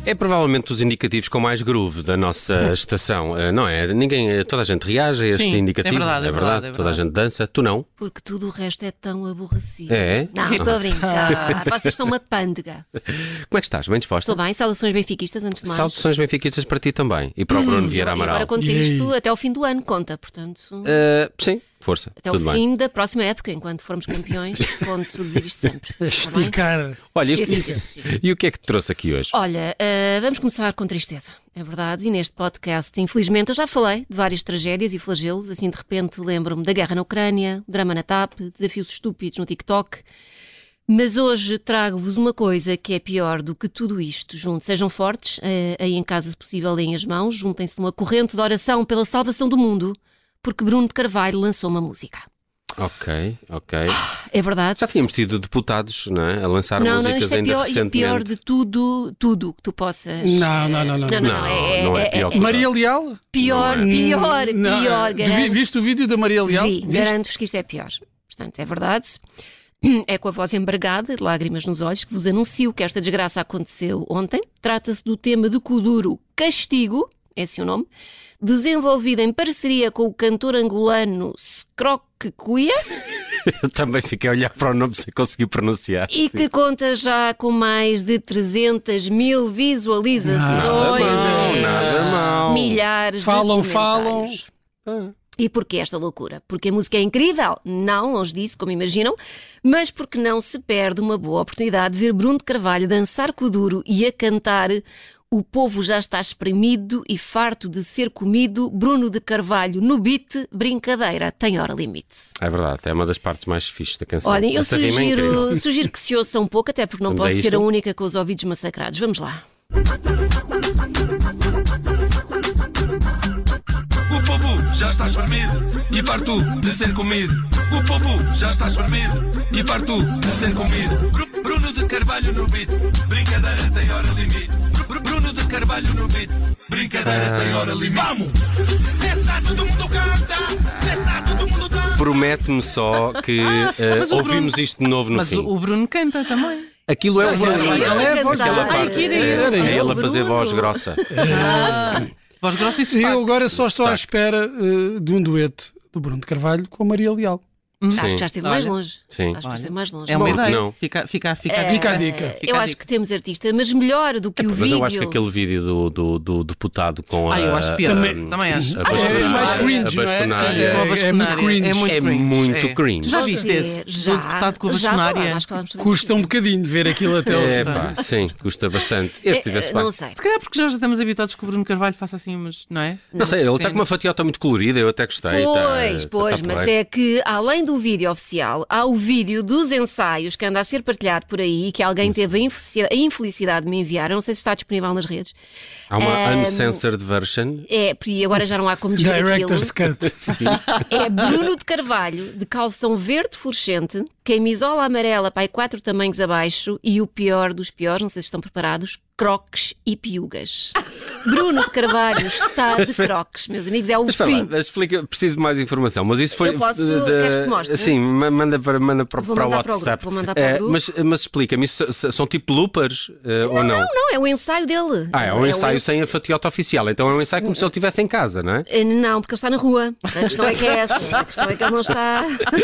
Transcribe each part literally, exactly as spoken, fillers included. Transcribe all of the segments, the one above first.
É provavelmente os indicativos com mais groove da nossa estação, não é? Ninguém, toda a gente reage a este Sim, indicativo. É verdade, é, é, verdade, verdade, é verdade. Toda a gente dança, tu não? Porque tudo o resto é tão aborrecido. É? Não, estou a brincar. Vocês são uma pândega. Como é que estás? Bem disposta? Estou bem. Saudações benfiquistas, antes de mais. Saudações benfiquistas para ti também. E para o Bruno Vieira E Amaral. agora acontecer isto até ao fim do ano, conta, portanto... Uh, sim, força. Até tudo o bem. fim da próxima época, enquanto formos campeões, conto dizer isto sempre. Está bem? Esticar. Olha, Sim, e, sim, sim, sim. e o que é que te trouxe aqui hoje? Olha, uh, vamos começar com tristeza, é verdade, e neste podcast, infelizmente, eu já falei de várias tragédias e flagelos, assim de repente lembro-me da guerra na Ucrânia, o drama na T A P, desafios estúpidos no TikTok, mas hoje trago-vos uma coisa que é pior do que tudo isto. Juntos, sejam fortes, uh, aí em casa, se possível, deem as mãos, juntem-se numa corrente de oração pela salvação do mundo, porque Bruno de Carvalho lançou uma música. Ok, ok. É verdade. Já tínhamos tido deputados, não é? A lançar Não, não, músicas isto é ainda pior, recentemente. pior de tudo, tudo que tu possas... Não, não, não, não. Não, não, não, é, Não é é- pior é- que- Maria Leal? Pior, Não é. pior, Não, pior, vi- garanto. Viste o vídeo da Maria Leal? Vi, Viste? garanto-vos que isto é pior. Portanto, é verdade. É com a voz embargada, de lágrimas nos olhos, que vos anuncio que esta desgraça aconteceu ontem. Trata-se do tema do Kuduro Castigo, é assim o nome, desenvolvido em parceria com o cantor angolano Scroque Cuia Eu também fiquei a olhar para o nome sem conseguir pronunciar. e que conta já com mais de trezentas mil visualizações, Nada mal, nada mal. milhares Falam, de falam. comentários. E porquê esta loucura? Porque a música é incrível? Não, longe disso, como imaginam, mas porque não se perde uma boa oportunidade de ver Bruno de Carvalho dançar Kuduro e a cantar "O povo já está espremido e farto de ser comido, Bruno de Carvalho no beat, brincadeira, tem hora limite." É verdade, é uma das partes mais fixes da canção. Olhem, eu Essa rima é incrível. sugiro, sugiro que se ouça um pouco, até porque não Vamos a posso ser isto? a única com os ouvidos massacrados. Vamos lá. O povo já está espremido e farto de ser comido. O povo já está espremido e farto de ser comido. Bru- Bruno de Carvalho no beat, brincadeira tem hora limite. Bru- Bruno de Carvalho no beat, brincadeira tem hora limite. Vamos! Nesse lado todo mundo canta, nesse lado todo mundo dança. Promete-me só que eh, Mas o ouvimos Bruno- isto de novo no Mas fim. o o Bruno canta também. Aquilo é o Bruno. Ele a é a voz cantar. dela, Aquela Ai, parte. que era é, ele. é ele a Bruno. fazer voz grossa. Voz grossa e sotaque. Eu agora só estou à Sotaque. espera eh, de um dueto do Bruno de Carvalho com a Maria Leal. Acho Sim. que já esteve mais Olha. longe. Sim. Acho que já esteve mais longe. É uma Bom, Porque ideia. não? Fica, fica, fica, eh, Fica a dica. Fica eu a acho dica. que temos artista, mas melhor do que o Mas vídeo. eu acho que aquele vídeo do, do, do deputado com a. Ah, eu acho pior. Também- Também acho. A Acho É bastonária, mais a cringe, não é? bastonária. Sim, é- Uma muito bastonária. cringe. É muito É cringe. muito É. cringe. Tu já Vou viste dizer, esse? já, Do deputado com a já bastonária? falámos, falámos sobre Custa um isso. bocadinho ver aquilo até ao É fim. pá, sim, custa bastante. Este tivesse Eh, pá. Não sei. Se calhar porque nós já estamos habituados que o Bruno Carvalho faça assim, mas não é? Não sei, ele está Sim. com uma fatiota muito colorida, eu até gostei. Pois, tá, pois, tá mas porreiro. é que além do vídeo oficial, há o vídeo dos ensaios que anda a ser partilhado por aí e que alguém teve a infelici- a infelicidade de me enviar. Eu não sei se está disponível nas redes. Há uma Ahm, uncensored version. É, e agora já não há como desver aquilo. Director's Cut. É Bruno de Carvalho, de calção verde fluorescente, camisola amarela, pai, quatro tamanhos abaixo e o pior dos piores, não sei se estão preparados, croques e piugas. Bruno de Carvalho está de croques, meus amigos, é o Mas espera fim. lá, explica, preciso de mais informação. Mas isso foi. Eu posso- de- queres que te mostre? Sim, ma- manda para, manda para, Vou para o mandar para o WhatsApp. grupo, vou mandar para o Eh, grupo. mas mas explica-me, isso s- são tipo loopers eh, ou não? Não, não, é o ensaio dele. Ah, é um ensaio ens- sem a fatiota oficial. Então é um ensaio como se ele estivesse em casa, não é? Eh, Não, porque ele está na rua. A questão é que é essa. A questão é que ele não está.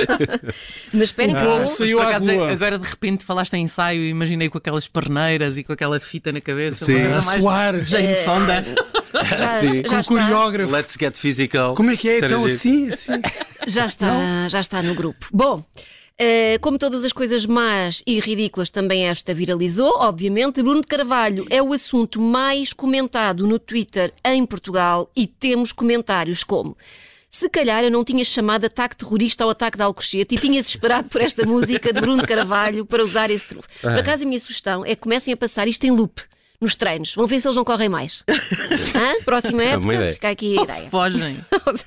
Mas esperem O que povo eu... Mas saiu por à acaso, rua. agora de repente falaste em ensaio e imaginei com aquelas perneiras e com aquela fita na cabeça. Sim. uma coisa A mais suar. Jane Fonda. já, Sim. já Com está, coreógrafo. Let's get physical. Como é que é? Será Então giro. assim, assim. já, está, já está no grupo. Bom, eh, como todas as coisas más e ridículas, também esta viralizou. Obviamente, Bruno de Carvalho é o assunto mais comentado no Twitter em Portugal e temos comentários como: se calhar eu não tinha chamado ataque terrorista ao ataque de Alcochete e tinhas esperado por esta música de Bruno de Carvalho para usar esse trunfo. Por acaso, a minha sugestão é que comecem a passar isto em loop nos treinos. Vão ver se eles não correm mais. Hã? Próxima uma época, ideia. fica aqui a Ou se ideia. fogem.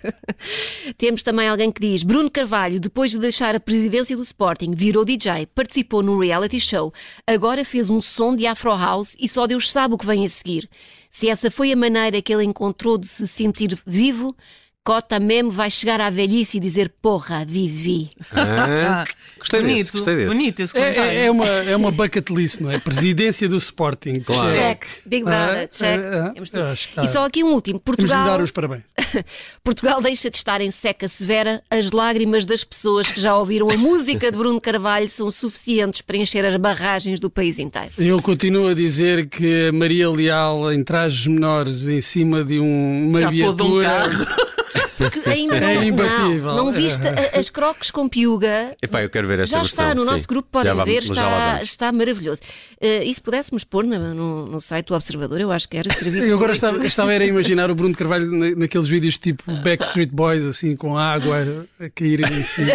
Temos também alguém que diz: Bruno Carvalho, depois de deixar a presidência do Sporting, virou D J, participou num reality show, agora fez um som de Afro House e só Deus sabe o que vem a seguir. Se essa foi a maneira que ele encontrou de se sentir vivo, Cota mesmo vai chegar à velhice e dizer porra, vivi. Ah, gostei bonito, desse, gostei desse. bonito esse É, comentário. é, é, uma, é uma bucket list, não é? Presidência do Sporting. Claro. Check, Big Brother, Ah, check. ah, Temos eu tudo. acho que E tá. só aqui um último. Temos de lhe Portugal, dar os parabéns. Portugal deixa de estar em seca severa. As lágrimas das pessoas que já ouviram a música de Bruno Carvalho são suficientes para encher as barragens do país inteiro. Eu continuo a dizer que a Maria Leal, em trajes menores, em cima de um, uma Já pôde um viatura... carro. Que ainda não, É imbatível. não, não viste a- as croques com piuga. Epá, eu quero ver esta Já versão. está no sim. nosso grupo, podem Já vamos- ver, já lá está, vamos. está maravilhoso. Uh, e se pudéssemos pôr no, no, no site do Observador, eu acho que era serviço. Eu agora público. estava, estava era a imaginar o Bruno de Carvalho na- naqueles vídeos tipo Backstreet Boys, assim, com água a cair em cima.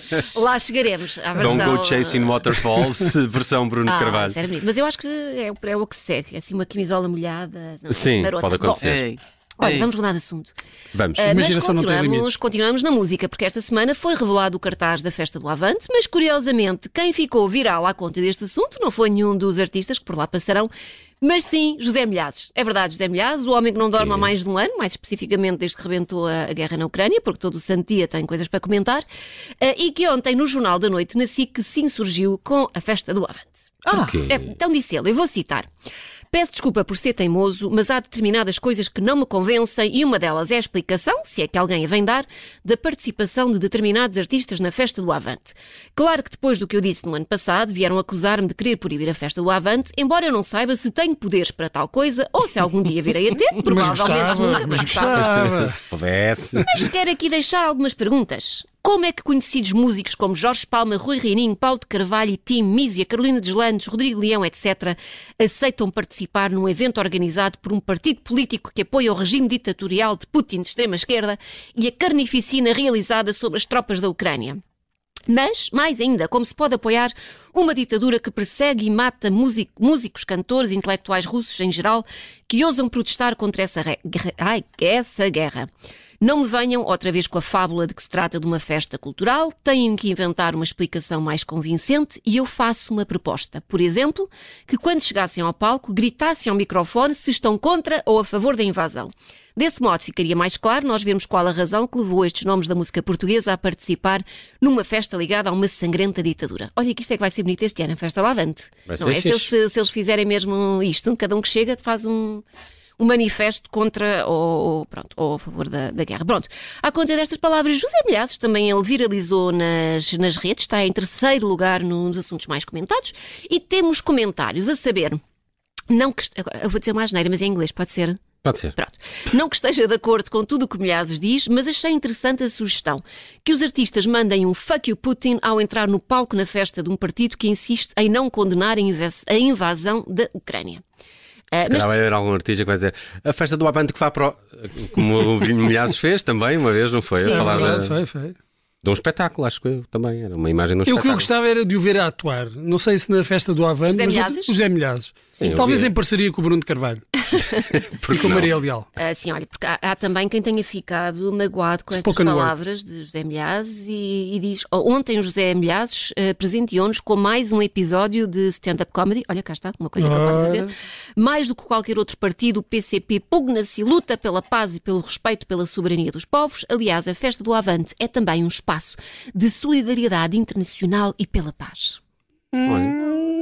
Lá chegaremos à versão. Don't Go Chasing Waterfalls, versão Bruno Ah, Carvalho. sério mesmo. Mas eu acho que é, o- é o que segue. É assim uma camisola molhada. Não, Sim, assim, marota. pode acontecer. Bom, Ei, olha, ei. vamos mudar de assunto. Vamos. Ah, mas Imaginação não tem continuamos, limites. continuamos na música, porque esta semana foi revelado o cartaz da Festa do Avante, mas curiosamente quem ficou viral à conta deste assunto não foi nenhum dos artistas que por lá passarão, mas sim José Milhazes. É verdade, José Milhazes, o homem que não dorme há mais de um ano, mais especificamente desde que rebentou a, a guerra na Ucrânia, porque todo o santo dia tem coisas para comentar, ah, e que ontem no Jornal da Noite na S I C se insurgiu com a Festa do Avante. Porquê? É, então disse ele, eu vou citar. Peço desculpa por ser teimoso, mas há determinadas coisas que não me convencem e uma delas é a explicação, se é que alguém a vem dar, da participação de determinados artistas na Festa do Avante. Claro que depois do que eu disse no ano passado, vieram acusar-me de querer proibir a Festa do Avante, embora eu não saiba se tenho poderes para tal coisa ou se algum dia virei a ter, Mas provavelmente gostava, nunca, mas gostava. gostava. Se pudesse. Mas quero aqui deixar algumas perguntas. Como é que conhecidos músicos como Jorge Palma, Rui Reininho, Paulo de Carvalho e Tim Mísia, Carolina Deslandes, Rodrigo Leão, etcétera, aceitam participar num evento organizado por um partido político que apoia o regime ditatorial de Putin de extrema-esquerda e a carnificina realizada sobre as tropas da Ucrânia? Mas, mais ainda, como se pode apoiar uma ditadura que persegue e mata músico, músicos, cantores, intelectuais russos em geral, que ousam protestar contra essa, re... Ai, essa guerra? Não me venham outra vez com a fábula de que se trata de uma festa cultural, têm que inventar uma explicação mais convincente e eu faço uma proposta. Por exemplo, que quando chegassem ao palco gritassem ao microfone se estão contra ou a favor da invasão. Desse modo ficaria mais claro nós vermos qual a razão que levou estes nomes da música portuguesa a participar numa festa ligada a uma sangrenta ditadura. Olha que isto é que vai ser bonito este ano, a Festa do Avante. Vai Não ser é? Se eles, fixe. se eles fizerem mesmo isto, cada um que chega faz um... um manifesto contra ou, ou, pronto, ou a favor da, da guerra. Pronto, à conta destas palavras, José Milhazes também ele viralizou nas, nas redes, está em terceiro lugar nos assuntos mais comentados e temos comentários a saber, não que, agora eu vou dizer uma asneira, mas em inglês, pode ser? Pode ser. Pronto. Não que esteja de acordo com tudo o que Milhazes diz, mas achei interessante a sugestão que os artistas mandem um fuck you Putin ao entrar no palco na festa de um partido que insiste em não condenar a invas- a invasão da Ucrânia. Uh, Se mas calhar vai haver algum artista que vai dizer a festa do Avante que vá para o... Como o Milhazes fez também, uma vez, não foi? Sim, a falar sim. de, Foi, foi. de um espetáculo, acho que eu também. Era uma imagem de um Eu o que eu espetáculo. gostava era de o ver a atuar. Não sei se na festa do Avante, José mas Milhazes? o José Milhazes. Sim, eu Talvez vi. em parceria com o Bruno de Carvalho e com a não? Maria Leal. Ah, sim, olha, porque há, há também quem tenha ficado magoado com estas Spoken word. palavras de José Milhazes e, e diz, oh, ontem o José Milhazes uh, presenteou-nos com mais um episódio de stand-up comedy, olha cá está, uma coisa que ele pode fazer, mais do que qualquer outro partido, o P C P pugna-se e luta pela paz e pelo respeito pela soberania dos povos. Aliás, a Festa do Avante é também um espaço de solidariedade internacional e pela paz. Olha,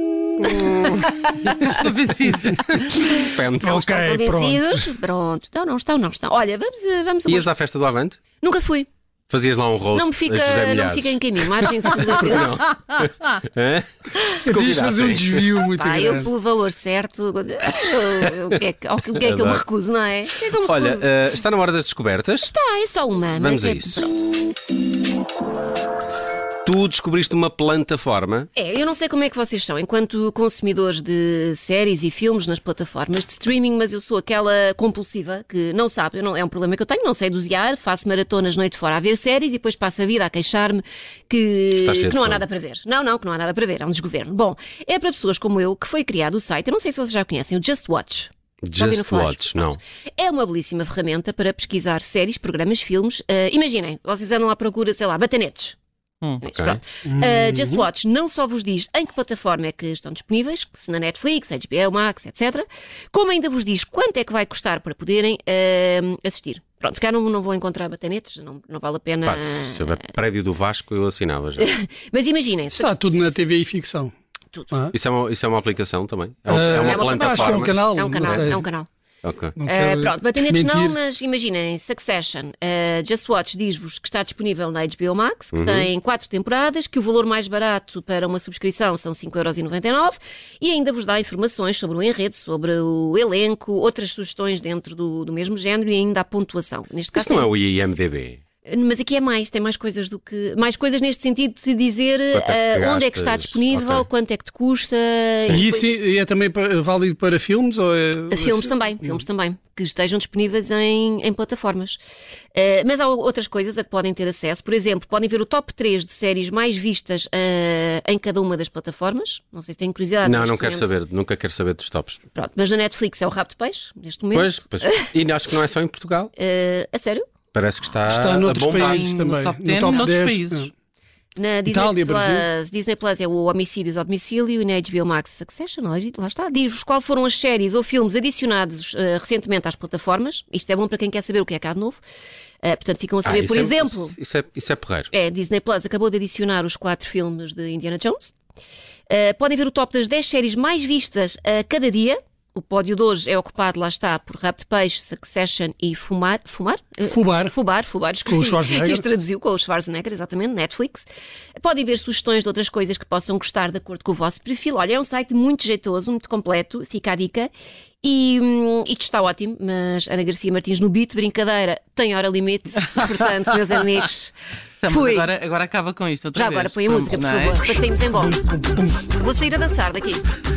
Estás convencido. depende. Não Ok, estão convencidos? Pronto. Então não estão, não estão. Olha, vamos, a- vamos a Ias à festa do Avante? Nunca fui. Fazias lá um roast Não me a fica, José não me Milhazes? fica em caminho. Margem de solidariedade. Hã? Se te Podias fazer um convidassem. desvio muito Pá, eu grande. pelo valor certo, eu- eu- o que é que, o que, é que eu me Adoro. recuso, não é? O que é que eu me Olha, recuso? eh, está na hora das descobertas. Está, é só uma. Vamos mas a é, isso. pronto. Tu descobriste uma plataforma. É, eu não sei como é que vocês são, enquanto consumidores de séries e filmes nas plataformas de streaming, mas eu sou aquela compulsiva que não sabe, eu não, é um problema que eu tenho, não sei dosear, faço maratonas noite fora a ver séries e depois passo a vida a queixar-me que, Estás cheio que de não há sono. nada para ver. Não, não, que não há nada para ver, é um desgoverno. Bom, é para pessoas como eu que foi criado o site, eu não sei se vocês já conhecem, o Just Watch. Já ouviram Just falar? Watch, não. É uma belíssima ferramenta para pesquisar séries, programas, filmes. Uh, imaginem, vocês andam à procura, sei lá, batanetes. Hum, ok. Pronto. Uh, Just Watch não só vos diz em que plataforma é que estão disponíveis, que se na Netflix, H B O Max, etcétera, como ainda vos diz quanto é que vai custar para poderem uh, assistir. Pronto, se calhar não, não vou encontrar batanetes, não, não vale a pena. Pá, se houver prédio do Vasco, eu assinava já. Mas imaginem. Está tudo na T V e ficção. Tudo. Ah. Isso é uma, isso é uma aplicação também? É, um- Ah, é uma é uma plataforma? Acho que é um canal. É um canal, não sei. é um canal. Ok. Não Uh, quero pronto, batanetes não, desmentir. mas imaginem, Succession, uh, Just Watch diz-vos que está disponível na H B O Max, que tem quatro temporadas, que o valor mais barato para uma subscrição são cinco euros e noventa e nove e ainda vos dá informações sobre o enredo, sobre o elenco, outras sugestões dentro do, do mesmo género e ainda a pontuação. Neste caso Isso não é tem- o I M D B? Mas aqui é mais, tem mais coisas do que. Mais coisas neste sentido de dizer Quanto é que uh, onde é que está gastas? disponível, Ok. quanto é que te custa. E depois- isso é também pa- válido para filmes? Ou é... Filmes também, filmes também, que estejam disponíveis em, em plataformas. Uh, mas há outras coisas a que podem ter acesso. Por exemplo, podem ver o top três de séries mais vistas uh, em cada uma das plataformas. Não sei se têm curiosidade. Não, neste não quero momento. saber, nunca quero saber dos tops. Pronto, mas na Netflix é o Rabo de Peixe, neste momento. Pois, pois. E acho que não é só em Portugal. Uh, a sério? Parece que está, Está a noutros bombar. países No também. top No dez, top noutros dez, países. Na Disney Itália, Plus, Brasil. Disney Plus é o Homicídios ao Domicílio e na H B O Max Succession, lá lá está. Diz-vos qual foram as séries ou filmes adicionados uh, recentemente às plataformas. Isto é bom para quem quer saber o que é que há de novo. Uh, portanto, ficam a saber, Ah, por isso é- exemplo, Isso, isso é, isso é porreiro. é, Disney Plus acabou de adicionar os quatro filmes de Indiana Jones. Uh, podem ver o top das dez séries mais vistas a cada dia. O pódio de hoje é ocupado, lá está, por Rabo de Peixe, Succession e Fumar. Fumar? Uh, Fubar. Fubar, Fubar, Com o Schwarzenegger. Isto traduziu com o Schwarzenegger, exatamente, Netflix. Podem ver sugestões de outras coisas que possam gostar de acordo com o vosso perfil. Olha, é um site muito jeitoso, muito completo, fica a dica. E hum, isto está ótimo, mas Ana Garcia Martins no beat, brincadeira, tem hora limite. Portanto, meus amigos, Tá, mas fui. agora, agora acaba com isto outra Já vez. agora põe a Pronto, música, por não é? favor, para sairmos embora. Vou sair a dançar daqui.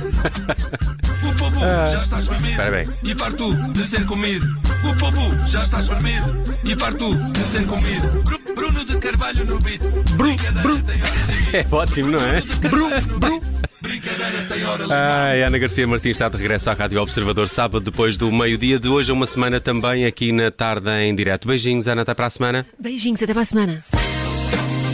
O povo já está espremido Espera bem. e farto de ser comido. O povo já está espremido e farto de ser comido. Bru- Bruno de Carvalho no beat. Brincadeira tem hora limite. É ótimo, não é? Bruno, Bruno. Brincadeira tem hora limite. Ai, Ana Garcia Martins está de regresso à Rádio Observador sábado depois do meio-dia de hoje, uma semana também aqui na tarde em direto. Beijinhos, Ana, até para a semana. Beijinhos, até para a semana.